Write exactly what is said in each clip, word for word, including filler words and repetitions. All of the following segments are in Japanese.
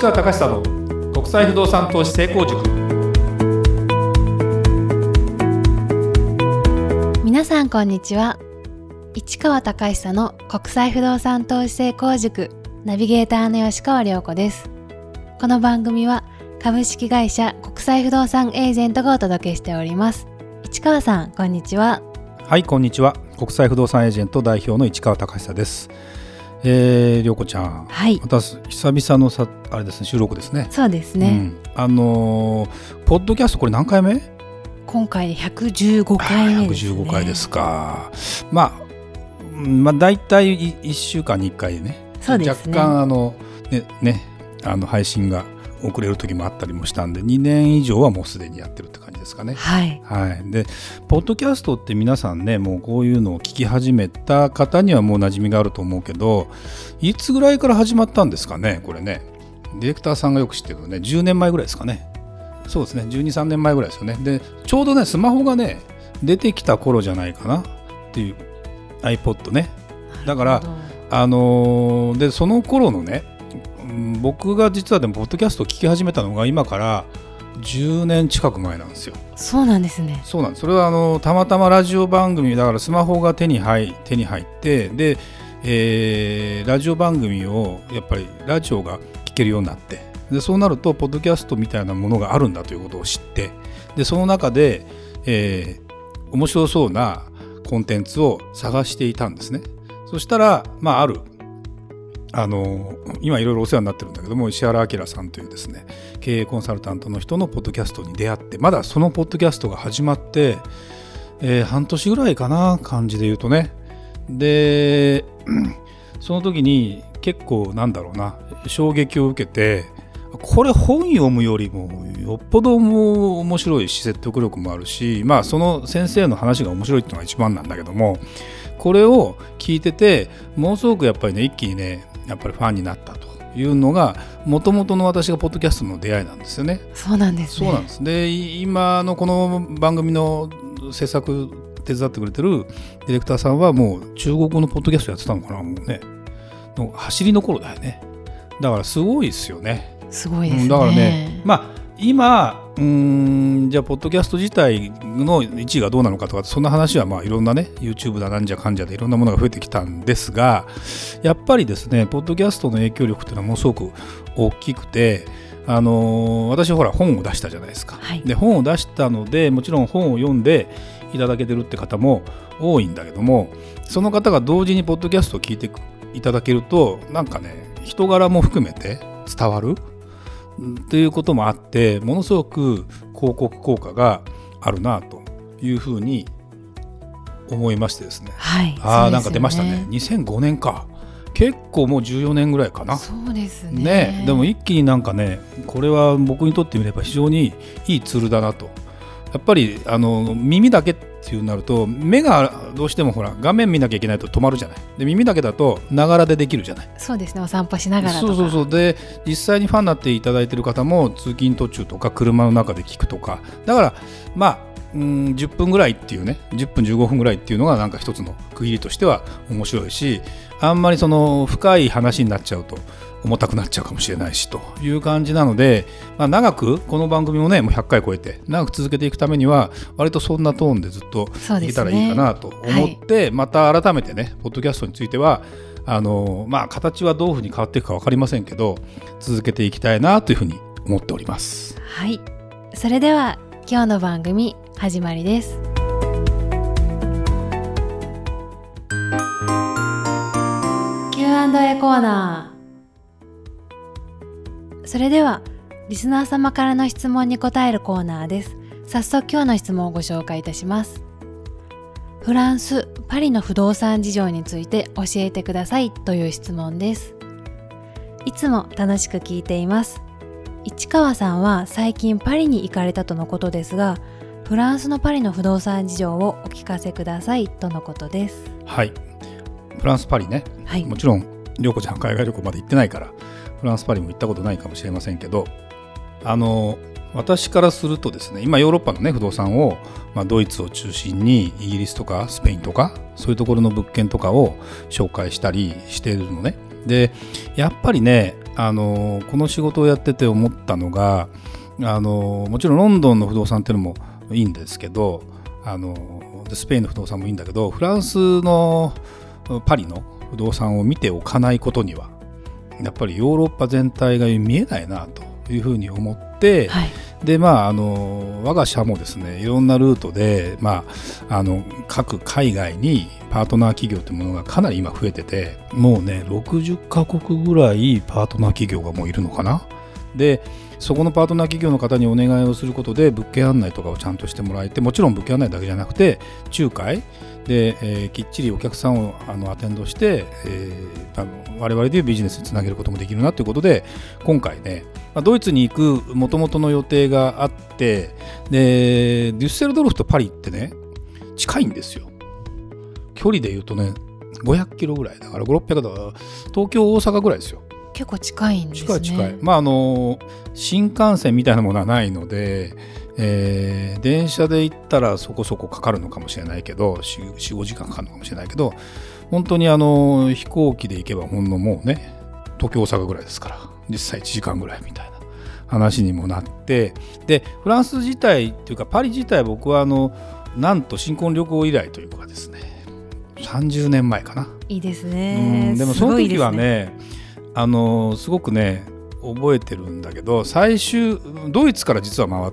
川隆久の国際不動産投資成功塾。 皆さんこんにちは。市川隆久の国際不動産投資成功塾ナビゲーターの吉川亮子です。この番組は株式会社国際不動産エージェントがお届けしております。市川さんこんにちは。 はい、こんにちは。国際不動産エージェント代表の市川隆久です。えー、涼子ちゃん、 はい、 私久々のさあれですね収録ですね。 そうですね、うん、 あのー、ポッドキャストこれ何回目？ 今回でひゃくじゅうごかいめですね。 ひゃくじゅうごかいですか。まあまあ、大体いっしゅうかんにいっかいね。 そうですね。 若干あの、ねね、あの配信が遅れる時もあったりもしたんでにねん以上はもうすでにやってるって感じですかね。 はい、 はい、でポッドキャストって皆さんねもうこういうのを聞き始めた方にはもう馴染みがあると思うけど、いつぐらいから始まったんですかねこれね。ディレクターさんがよく知ってるのねじゅうねんまえぐらいですかね。そうですねじゅうに、さんねんまえぐらいですよね。でちょうどねスマホがね出てきた頃じゃないかなっていう iPod ね。だからあのー、でその頃のね僕が実はでもポッドキャストを聞き始めたのが今からじゅうねん近く前なんですよ。 そうなんですね。 そうなんです。それはあのたまたまラジオ番組だからスマホが手に入手に入ってで、えー、ラジオ番組をやっぱりラジオが聞けるようになってでそうなるとポッドキャストみたいなものがあるんだということを知ってでその中で、えー、面白そうなコンテンツを探していたんですね。そしたら、まあ、あるあの今いろいろお世話になってるんだけども石原明さんというですね経営コンサルタントの人のポッドキャストに出会ってまだそのポッドキャストが始まって、えー、半年ぐらいかな感じで言うとね。でその時に結構なんだろうな衝撃を受けてこれ本読むよりもよっぽども面白いし説得力もあるしまあその先生の話が面白いっていうのが一番なんだけどもこれを聞いててものすごくやっぱりね一気にねやっぱりファンになったというのがもともとの私がポッドキャストの出会いなんですよね。 そうなんですね。 そうなんです。で今のこの番組の制作手伝ってくれてるディレクターさんはもう中国語のポッドキャストやってたのかなもうねの走りの頃だよね。だからすごいですよね。 すごいですね。 だからねまあ今うーんじゃあポッドキャスト自体の位置がどうなのかとかそんな話はまあいろんなね YouTube だなんじゃかんじゃでいろんなものが増えてきたんですがやっぱりですねポッドキャストの影響力っていうのはものすごく大きくてあのー、私ほら本を出したじゃないですか、はい、で本を出したのでもちろん本を読んでいただけてるって方も多いんだけどもその方が同時にポッドキャストを聞いていただけるとなんかね人柄も含めて伝わるということもあってものすごく広告効果があるなというふうに思いましてですね、 はい、 ああ、なんか出ましたねにせんごねんか結構もうじゅうよねんぐらいかな。 そうですね。 ねでも一気になんかねこれは僕にとってみれば非常にいいツールだなと。やっぱりあの耳だけっていうなると目がどうしてもほら画面見なきゃいけないと止まるじゃない。で耳だけだとながらでできるじゃない。 そうですね。お散歩しながらとか。 そうそうそうで実際にファンになっていただいている方も通勤途中とか車の中で聞くとかだからまあうんじゅっぷんぐらいっていうねじゅっぷんじゅうごふんぐらいっていうのがなんか一つの区切りとしては面白いしあんまりその深い話になっちゃうと重たくなっちゃうかもしれないしという感じなので、まあ、長くこの番組もねもうひゃっかい超えて長く続けていくためには割とそんなトーンでずっといけたらいいかなと思って、ねはい、また改めてねポッドキャストについてはあの、まあ、形はどういうふうに変わっていくか分かりませんけど続けていきたいなというふうに思っております。 はい、それでは今日の番組始まりです。キューアンドエー コーナー。それではリスナー様からの質問に答えるコーナーです。早速今日の質問をご紹介いたします。フランス・パリの不動産事情について教えてくださいという質問です。いつも楽しく聞いています。市川さんは最近パリに行かれたとのことですがフランスのパリの不動産事情をお聞かせくださいとのことです。 はいフランスパリね、はい、もちろん涼子ちゃん海外旅行まで行ってないからフランスパリも行ったことないかもしれませんけどあの私からするとですね今ヨーロッパの、ね、不動産を、まあ、ドイツを中心にイギリスとかスペインとかそういうところの物件とかを紹介したりしているのね。でやっぱりねあのこの仕事をやってて思ったのが、あのもちろんロンドンの不動産っていうのもいいんですけど、あのスペインの不動産もいいんだけど、フランスのパリの不動産を見ておかないことにはやっぱりヨーロッパ全体が見えないなというふうに思って、はい、でまあ、あの我が社もですね、いろんなルートで、まあ、あの各海外にパートナー企業というものがかなり今増えてて、もうねろくじゅっかこくぐらいパートナー企業がもういるのかな。でそこのパートナー企業の方にお願いをすることで物件案内とかをちゃんとしてもらえて、もちろん物件案内だけじゃなくて仲介で、えー、きっちりお客さんをあのアテンドして、えー、あの我々でいうビジネスにつなげることもできるなということで、今回ね、まあ、ドイツに行く元々の予定があって、でデュッセルドルフとパリってね近いんですよ。距離で言うとねごひゃくキロぐらいだから、ごひゃくろっぴゃくだから東京大阪ぐらいですよ。 結構近いんですね。 近い近い。まああの新幹線みたいなものはないので、えー、電車で行ったらそこそこかかるのかもしれないけど、 よん、ごじかんかかるのかもしれないけど、本当にあの飛行機で行けばほんのもうね東京大阪ぐらいですから、実際いちじかんぐらいみたいな話にもなって、でフランス自体っていうかパリ自体、僕はあのなんと新婚旅行以来というかですね、さんじゅうねんまえかな。 いいですね。 うん、でもその時はね、あのすごくね覚えてるんだけど、最終ドイツから実は回って、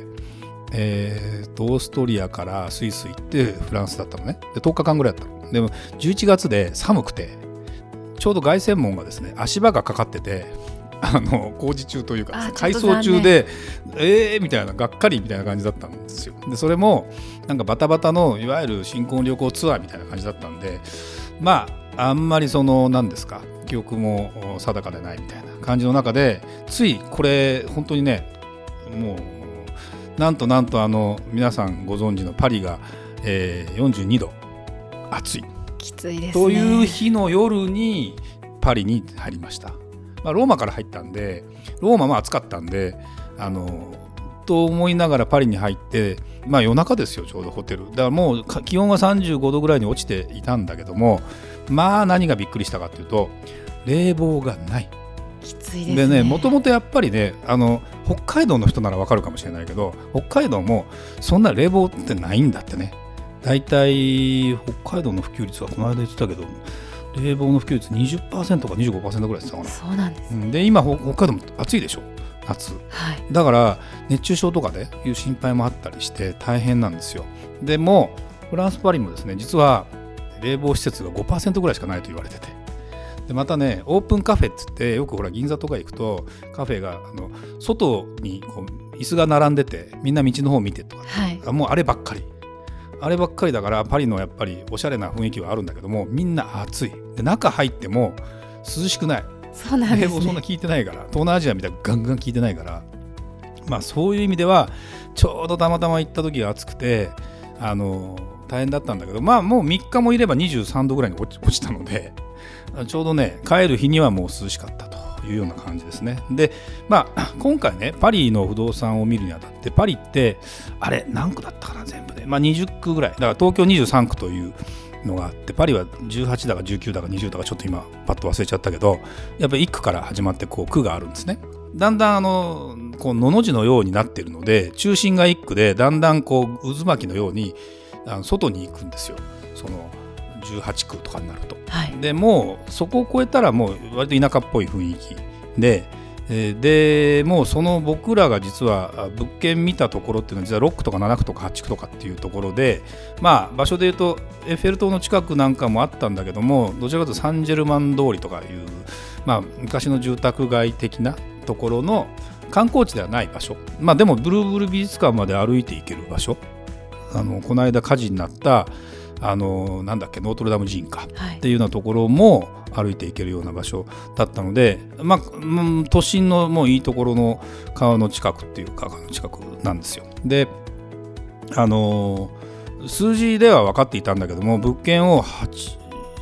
えー、オーストリアからスイス行ってフランスだったのね。でとおかかんぐらいだったの。でもじゅういちがつで寒くて、ちょうど凱旋門がですね足場がかかってて、あの工事中というか改装中で、えーみたいな、がっかりみたいな感じだったんですよ。でそれもなんかバタバタのいわゆる新婚旅行ツアーみたいな感じだったんで、まああんまりその何ですか、記憶も定かでないみたいな感じの中で、ついこれ本当にね、もうなんとなんとあの皆さんご存知のパリが、えー、よんじゅうにど暑い、 きついですねという日の夜にパリに入りました。まあ、ローマから入ったんで、ローマも暑かったんで、あのと思いながらパリに入って、まあ夜中ですよ、ちょうどホテルだからもう気温はさんじゅうごどぐらいに落ちていたんだけども、まあ何がびっくりしたかというと冷房がない。 きついですね。 でね、もともとやっぱりね、あの北海道の人ならわかるかもしれないけど、北海道もそんな冷房ってないんだってね。だいたい北海道の普及率はこの間言ってたけど、冷房の普及率 にじゅっパーセント か にじゅうごパーセント ぐらいですかね。 そうなんです、ね、 で今北海道も暑いでしょ、夏、はい、だから熱中症とかでいう心配もあったりして大変なんですよ。でもフランスパリもですね、実は冷房施設が ごパーセント ぐらいしかないと言われてて、でまたねオープンカフェっつって、よくほら銀座とか行くとカフェがあの外にこう椅子が並んでて、みんな道の方を見てとか、はい、もうあればっかりあればっかりだから、パリのやっぱりおしゃれな雰囲気はあるんだけども、みんな暑い。で中入っても涼しくない。 そうなんですね。 冷房そんな効いてないから、東南アジアみたいにガンガン効いてないから、まあそういう意味ではちょうどたまたま行った時が暑くて、あの大変だったんだけど、まあもうみっかもいればにじゅうさんどぐらいに落ち、落ちたので、ちょうどね帰る日にはもう涼しかったというような感じですね。でまあ今回ねパリの不動産を見るにあたって、パリってあれ何区だったかな、全部で、まあ、にじゅっくぐらいだから、東京にじゅうさんくというのがあって、パリはじゅうはちだかじゅうきゅうだかにじゅうだかちょっと今パッと忘れちゃったけど、やっぱりいっくから始まってこう区があるんですね。だんだんあのこうのの字のようになっているので、中心がいっくでだんだんこう渦巻きのようにあの外に行くんですよ、そのじゅうはちくとかになると、はい、でもうそこを越えたらもう割と田舎っぽい雰囲気で、えー、でもうその僕らが実は物件見たところっていうのは実はろっくとかななくとかはちくとかっていうところで、まあ場所でいうとエッフェル塔の近くなんかもあったんだけども、どちらかというとサンジェルマン通りとかいう、まあ、昔の住宅街的なところの観光地ではない場所、まあでもブルーブル美術館まで歩いて行ける場所、あのこの間火事になったあのなんだっけノートルダム寺院か、はい、っていうようなところも歩いて行けるような場所だったので、まあ、都心のもういいところの川の近くっていうか川の近くなんですよ。であの数字では分かっていたんだけども、物件を 8,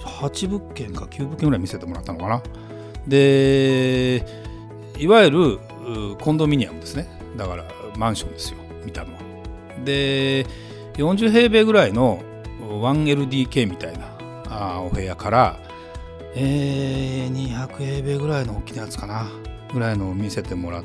8物件かきゅう物件ぐらい見せてもらったのかな。でいわゆるコンドミニアムですね。だからマンションですよ、見たのは。でよんじゅうへいべいぐらいの ワンエルディーケー みたいなあお部屋から、えー、にひゃくひゃくへいべいぐらいの大きなやつかなぐらいのを見せてもらって、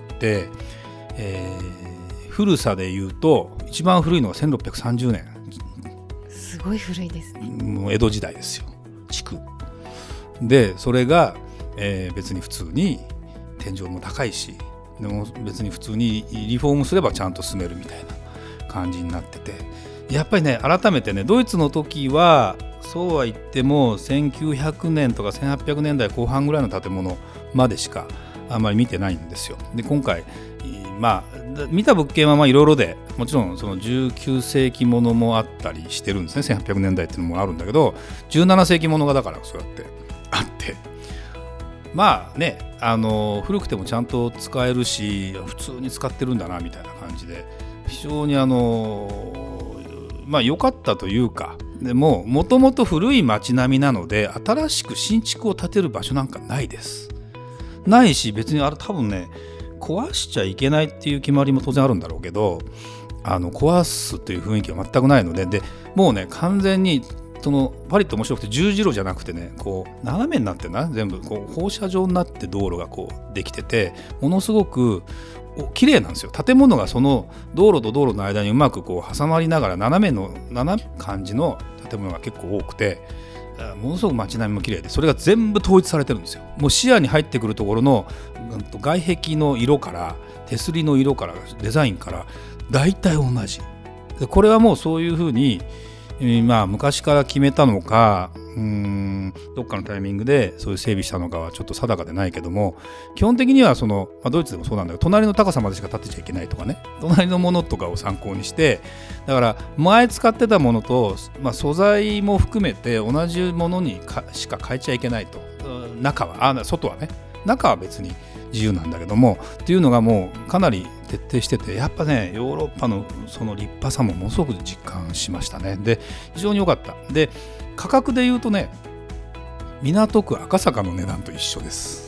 えー、古さで言うと一番古いのがせんろっぴゃくさんじゅうねん。 すごい古いですね。 もう江戸時代ですよ、築で。それが、えー、別に普通に天井も高いし、でも別に普通にリフォームすればちゃんと住めるみたいな感じになってて、やっぱりね改めてね、ドイツの時はそうは言ってもせんきゅうひゃくねんとかせんはっぴゃくねんだいこう半ぐらいの建物までしかあんまり見てないんですよ。で今回まあ見た物件はまあいろいろで、もちろんそのじゅうきゅうせいきものもあったりしてるんですね。せんはっぴゃくねんだいっていうのもあるんだけど、じゅうななせいきものがだからそうやってあって、まあね、あの古くてもちゃんと使えるし普通に使ってるんだなみたいな感じで、非常にあのまあ良かったというか、でももともと古い町並みなので新しく新築を建てる場所なんかないですないし、別にあれ多分ね壊しちゃいけないっていう決まりも当然あるんだろうけど、あの壊すという雰囲気は全くないので、でもうね完全にそのパリって面白くて十字路じゃなくてね、こう斜めになってな、全部こう放射状になって道路がこうできてて、ものすごく綺麗なんですよ。建物がその道路と道路の間にうまくこう挟まりながら斜めの斜め感じの建物が結構多くて、ものすごく街並みも綺麗で、それが全部統一されてるんですよ。もう視野に入ってくるところの外壁の色から手すりの色からデザインから大体同じで、これはもうそういうふうに、まあ、昔から決めたのか、うーんどっかのタイミングでそういう整備したのかはちょっと定かでないけども、基本的にはその、まあ、ドイツでもそうなんだけど、隣の高さまでしか建てちゃいけないとかね、隣のものとかを参考にして、だから前使ってたものと、まあ、素材も含めて同じものにかしか変えちゃいけないと。中はあ外はね、中は別に自由なんだけどもっていうのがもうかなり徹底してて、やっぱねヨーロッパのその立派さもものすごく実感しましたね。で非常に良かった。で価格で言うとね、港区赤坂の値段と一緒です。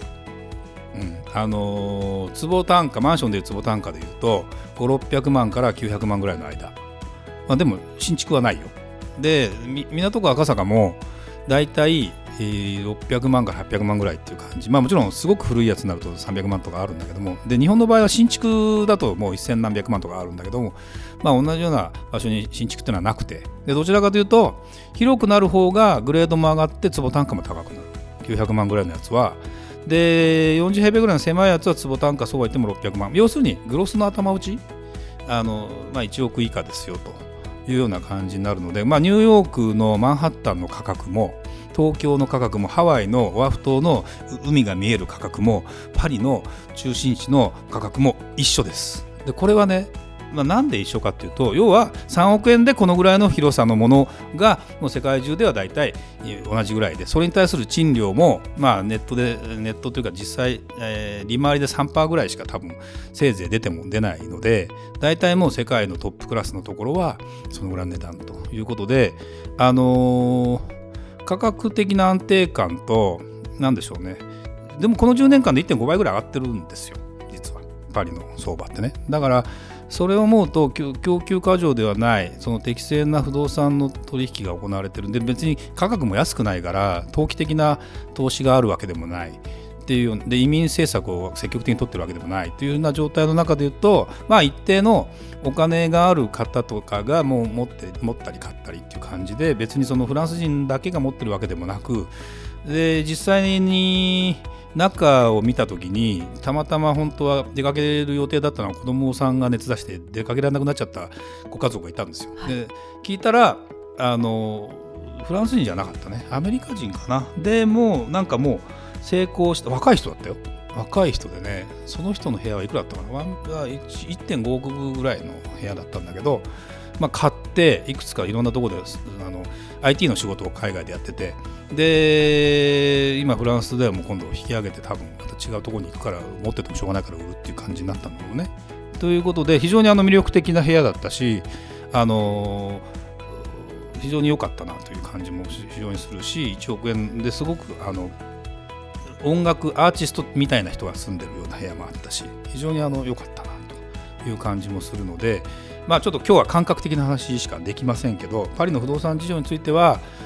うん、あのー、坪単価、マンションでいう坪単価でいうとごひゃくろっぴゃくまんからきゅうひゃくまんぐらいの間、まあ、でも新築はないよ。で港区赤坂もだいたいろっぴゃくまんからはっぴゃくまんぐらいっていう感じ。まあもちろんすごく古いやつになるとさんびゃくまんとかあるんだけども、で日本の場合は新築だともうせんなんびゃくまんとかあるんだけども、まあ同じような場所に新築っていうのはなくて、でどちらかというと広くなる方がグレードも上がって坪単価も高くなる。きゅうひゃくまんぐらいのやつはで、よんじゅうへいべいぐらいの狭いやつは坪単価そうは言ってもろっぴゃくまん、要するにグロスの頭打ち、あの、まあ、いちおく以下ですよというような感じになるので、まあ、ニューヨークのマンハッタンの価格も東京の価格もハワイのオアフ島の海が見える価格もパリの中心地の価格も一緒です。でこれはね、まあ、なんで一緒かっていうと、要はさんおくえんでこのぐらいの広さのものがもう世界中ではだいたい同じぐらいで、それに対する賃料も、まあ、ネットでネットというか実際、えー、利回りで さんパーセント ぐらいしか多分せいぜい出ても出ないので、だいたいもう世界のトップクラスのところはそのぐらいの値段ということで、あのー価格的な安定感と、なんでしょうね、でもこのじゅうねんかんで いってんごばいぐらい上がってるんですよ、実はパリの相場ってね。だからそれを思うと供給過剰ではない、その適正な不動産の取引が行われてるんで、別に価格も安くないから投機的な投資があるわけでもないっていうで、移民政策を積極的に取ってるわけでもないというような状態の中でいうと、まあ一定のお金がある方とかがもう持って持ったり買ったりっていう感じで、別にそのフランス人だけが持ってるわけでもなく、で実際に中を見た時にたまたま本当は出かける予定だったのは子供さんが熱出して出かけられなくなっちゃったご家族がいたんですよ。で聞いたらあのフランス人じゃなかったね、アメリカ人かな。でもうなんかもう成功した若い人だったよ。若い人でね、その人の部屋はいくらだったかな、 いってんごおくぐらいの部屋だったんだけど、まあ、買っていくつかいろんなところであの アイティー の仕事を海外でやってて、で今フランスではもう今度引き上げて多分また違うところに行くから、持っててもしょうがないから売るっていう感じになったんだろうね。ということで非常にあの魅力的な部屋だったし、あの非常に良かったなという感じも非常にするし、いちおくえんですごくあの音楽アーティストみたいな人が住んでるような部屋もあったし、非常にあの良かったなという感じもするので、まあちょっと今日は感覚的な話しかできませんけど、パリの不動産事情については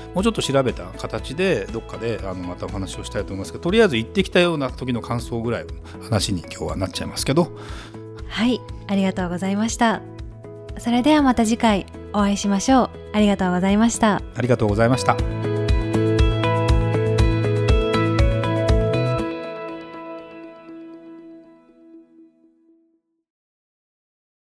もうちょっと調べた形でどっかであのまたお話をしたいと思いますけど、とりあえず行ってきたような時の感想ぐらいの話に今日はなっちゃいますけど。 はい、ありがとうございました。それではまた次回お会いしましょう。ありがとうございました。 ありがとうございました。